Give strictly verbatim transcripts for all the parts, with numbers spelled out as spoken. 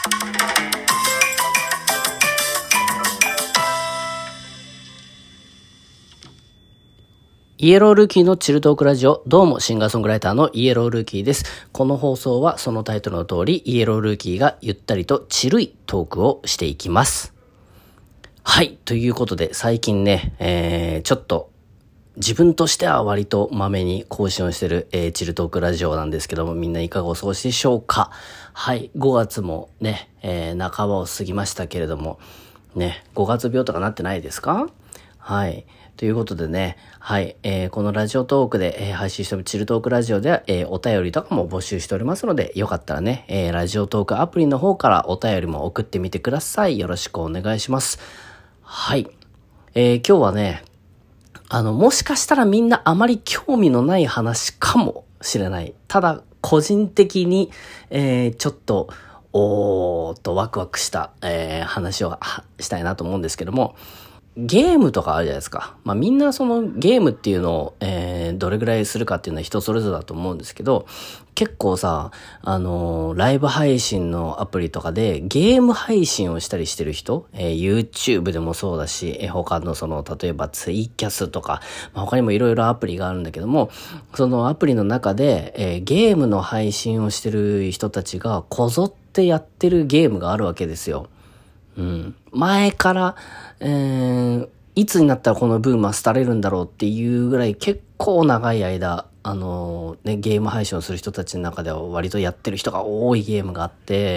イエロールーキーのチルトークラジオ。どうもシンガーソングライターのイエロールーキーです。この放送はそのタイトルの通り、イエロールーキーがゆったりとチルいトークをしていきます。はい、ということで最近ね、えー、ちょっと自分としては割とまめに更新をしてる、えー、チルトークラジオなんですけども、みんないかがお過ごしでしょうか。はい、ごがつもね、えー、半ばを過ぎましたけれどもね、ごがつ病とかなってないですか？はい。ということでね、はい、えー、このラジオトークで、えー、配信しているチルトークラジオでは、えー、お便りとかも募集しておりますので、よかったらね、えー、ラジオトークアプリの方からお便りも送ってみてください。よろしくお願いします。はい。えー、今日はね、あの、もしかしたらみんなあまり興味のない話かもしれない。ただ、個人的に、えー、ちょっと、おーっとワクワクした、えー、話をしたいなと思うんですけども、ゲームとかあるじゃないですか。まあみんなそのゲームっていうのを、えー、どれぐらいするかっていうのは人それぞれだと思うんですけど、結構さ、あのー、ライブ配信のアプリとかでゲーム配信をしたりしてる人、えー、YouTube でもそうだし、えー、他のその、例えばツイキャスとか、まあ、他にもいろいろアプリがあるんだけども、そのアプリの中で、えー、ゲームの配信をしてる人たちがこぞってやってるゲームがあるわけですよ。うん、前から、えー、いつになったらこのブームは廃れるんだろうっていうぐらい結構長い間、あのー、ね、ゲーム配信をする人たちの中では割とやってる人が多いゲームがあって、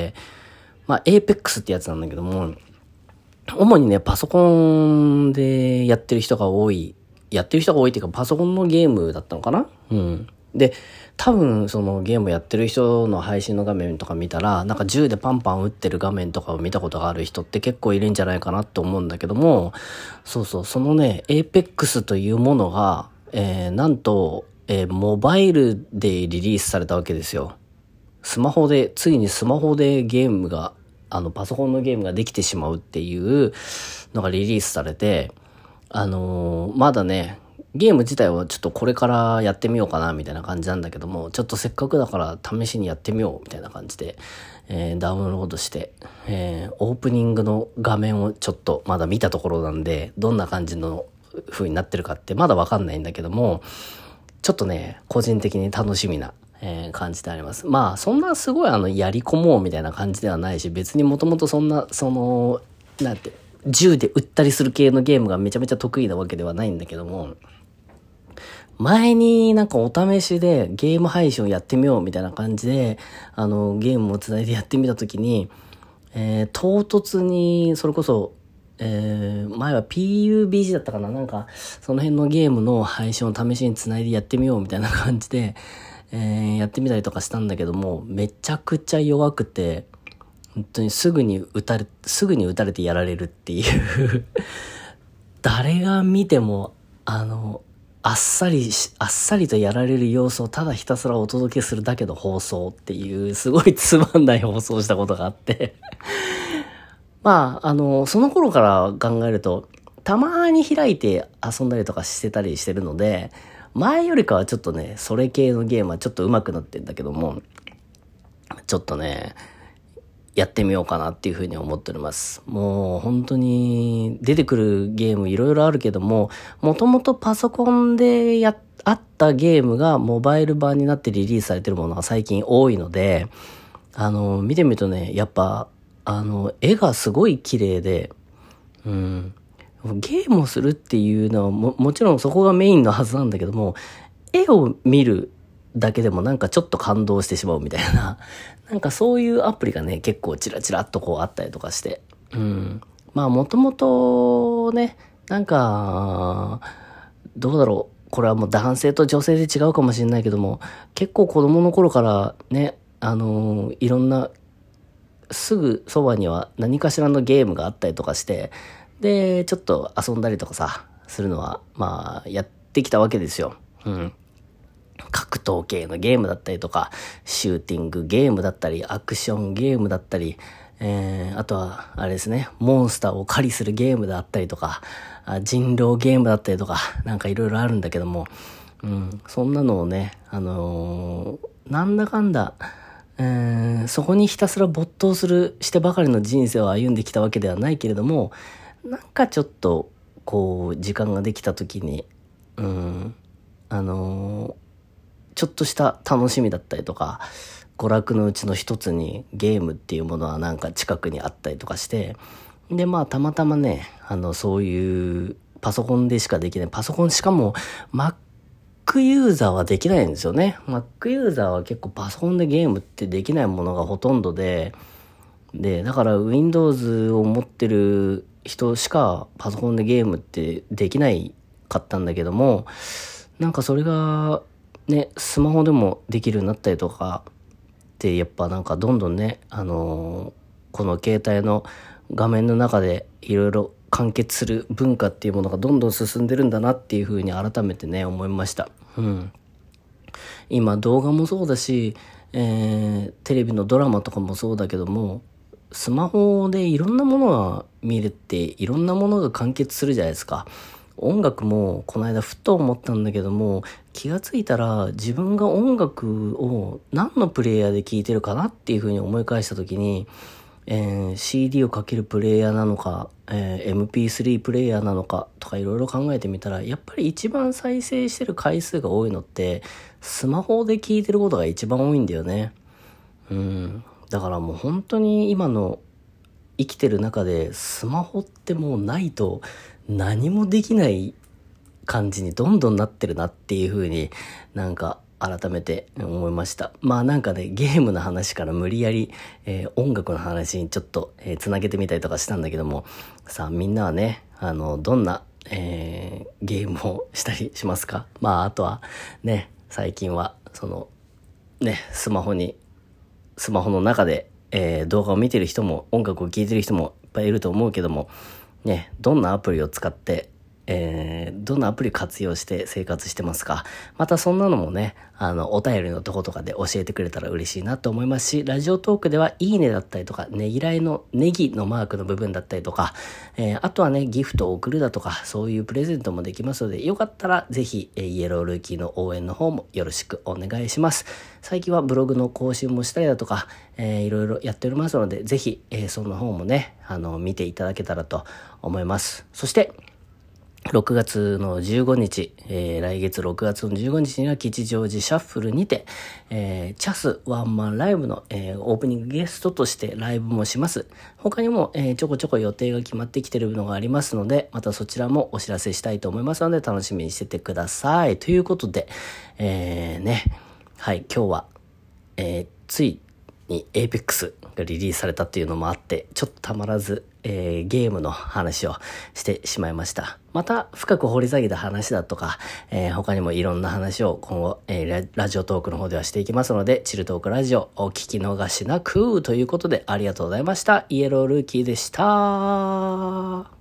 まあ、エーペックスってやつなんだけども、主にね、パソコンでやってる人が多い、やってる人が多いっていうか、パソコンのゲームだったのかな？うん。で、多分そのゲームやってる人の配信の画面とか見たら、なんか銃でパンパン撃ってる画面とかを見たことがある人って結構いるんじゃないかなと思うんだけども、そうそう、そのね、エーペックスというものが、えー、なんと、えー、モバイルでリリースされたわけですよ。スマホで、ついにスマホでゲームが、あの、パソコンのゲームができてしまうっていうのがリリースされて、あのー、まだね、ゲーム自体はちょっとこれからやってみようかなみたいな感じなんだけども、ちょっとせっかくだから試しにやってみようみたいな感じで、えー、ダウンロードして、えー、オープニングの画面をちょっとまだ見たところなんで、どんな感じの風になってるかってまだわかんないんだけども、ちょっとね、個人的に楽しみな、えー、感じであります。まあ、そんなすごいあの、やり込もうみたいな感じではないし、別にもともとそんな、その、なんて、銃で撃ったりする系のゲームがめちゃめちゃ得意なわけではないんだけども、前になんかお試しでゲーム配信をやってみようみたいな感じで、あの、ゲームをつないでやってみたときに、えー、唐突に、それこそ、えー、前は ピーユービージー だったかな、なんか、その辺のゲームの配信を試しにつないでやってみようみたいな感じで、えー、やってみたりとかしたんだけども、めちゃくちゃ弱くて、本当にすぐに撃たれ、すぐに撃たれてやられるっていう誰が見ても、あの、あっさりし、あっさりとやられる様子をただひたすらお届けするだけの放送っていう、すごいつまんない放送をしたことがあってまあ、あの、その頃から考えると、たまに開いて遊んだりとかしてたりしてるので、前よりかはちょっとね、それ系のゲームはちょっと上手くなってんだけども、ちょっとね、やってみようかなっていうふうに思っております。もう本当に出てくるゲームいろいろあるけども、もともとパソコンでやあったゲームがモバイル版になってリリースされてるものが最近多いので、あの、見てみるとね、やっぱ、あの、絵がすごい綺麗で、うん、ゲームをするっていうのはも、もちろんそこがメインのはずなんだけども、絵を見るだけでもなんかちょっと感動してしまうみたいな、なんかそういうアプリがね、結構チラチラっとこうあったりとかして、うん。まあもともとね、なんか、どうだろう、これはもう男性と女性で違うかもしれないけども、結構子供の頃からね、あのー、いろんな、すぐそばには何かしらのゲームがあったりとかして、で、ちょっと遊んだりとかさ、するのは、まあ、やってきたわけですよ。うん。格闘系のゲームだったりとか、シューティングゲームだったり、アクションゲームだったり、えー、あとは、あれですね、モンスターを狩りするゲームだったりとか、人狼ゲームだったりとか、なんかいろいろあるんだけども、うん、そんなのをね、あのー、なんだかんだ、えー、 ー、そこにひたすら没頭するしてばかりの人生を歩んできたわけではないけれども、なんかちょっとこう時間ができた時に、うん、あのー、ちょっとした楽しみだったりとか、娯楽のうちの一つにゲームっていうものはなんか近くにあったりとかして、でまあたまたまね、あのそういうパソコンでしかできない、パソコンしかも Mac ユーザーはできないんですよね。Mac ユーザーは結構パソコンでゲームってできないものがほとんどで、でだから Windows を持ってる人しかパソコンでゲームってできないかったんだけども、なんかそれがね、スマホでもできるようになったりとかってやっぱなんかどんどんね、あのー、この携帯の画面の中でいろいろ完結する文化っていうものがどんどん進んでるんだなっていうふうに改めてね思いました。うん。今動画もそうだし、えー、テレビのドラマとかもそうだけども、スマホでいろんなものが見れていろんなものが完結するじゃないですか。音楽もこの間ふと思ったんだけども、気がついたら自分が音楽を何のプレイヤーで聴いてるかなっていうふうに思い返した時に、えー、シーディー をかけるプレイヤーなのか、えー、エムピースリー プレイヤーなのかとかいろいろ考えてみたら、やっぱり一番再生してる回数が多いのってスマホで聴いてることが一番多いんだよね。うん。だからもう本当に今の生きてる中でスマホってもうないと何もできない感じにどんどんなってるなっていう風になんか改めて思いました。まあなんかね、ゲームの話から無理やり、えー、音楽の話にちょっと、えー、つなげてみたりとかしたんだけども、さあみんなはね、あのどんな、えー、ゲームをしたりしますか？まああとはね、最近はそのね、スマホにスマホの中で、えー、動画を見てる人も音楽を聴いてる人もいっぱいいると思うけどもね、どんなアプリを使って、えー、どんなアプリ活用して生活してますか？またそんなのもね、あのお便りのとことかで教えてくれたら嬉しいなと思いますし、ラジオトークではいいねだったりとか、ねぎらいのネギのマークの部分だったりとか、えー、あとはねギフトを送るだとか、そういうプレゼントもできますので、よかったらぜひ、えー、イエロールーキーの応援の方もよろしくお願いします。最近はブログの更新もしたりだとか、えー、いろいろやっておりますので、ぜひ、えー、その方もねあの見ていただけたらと思います。そしてろくがつのじゅうごにち、えー、来月ろくがつのじゅうごにちには吉祥寺シャッフルにて、えー、チャスワンマンライブの、えー、オープニングゲストとしてライブもします。他にも、えー、ちょこちょこ予定が決まってきているのがありますので、またそちらもお知らせしたいと思いますので、楽しみにしててください。ということで、えー、ね、はい、今日は、えー、ついに エーペックス がリリースされたっていうのもあって、ちょっとたまらず、えー、ゲームの話をしてしまいました。また深く掘り下げた話だとか、えー、他にもいろんな話を今後、えーラ、ラジオトークの方ではしていきますので、チルトークラジオお聞き逃しなくということで、ありがとうございました。イエロールーキーでした。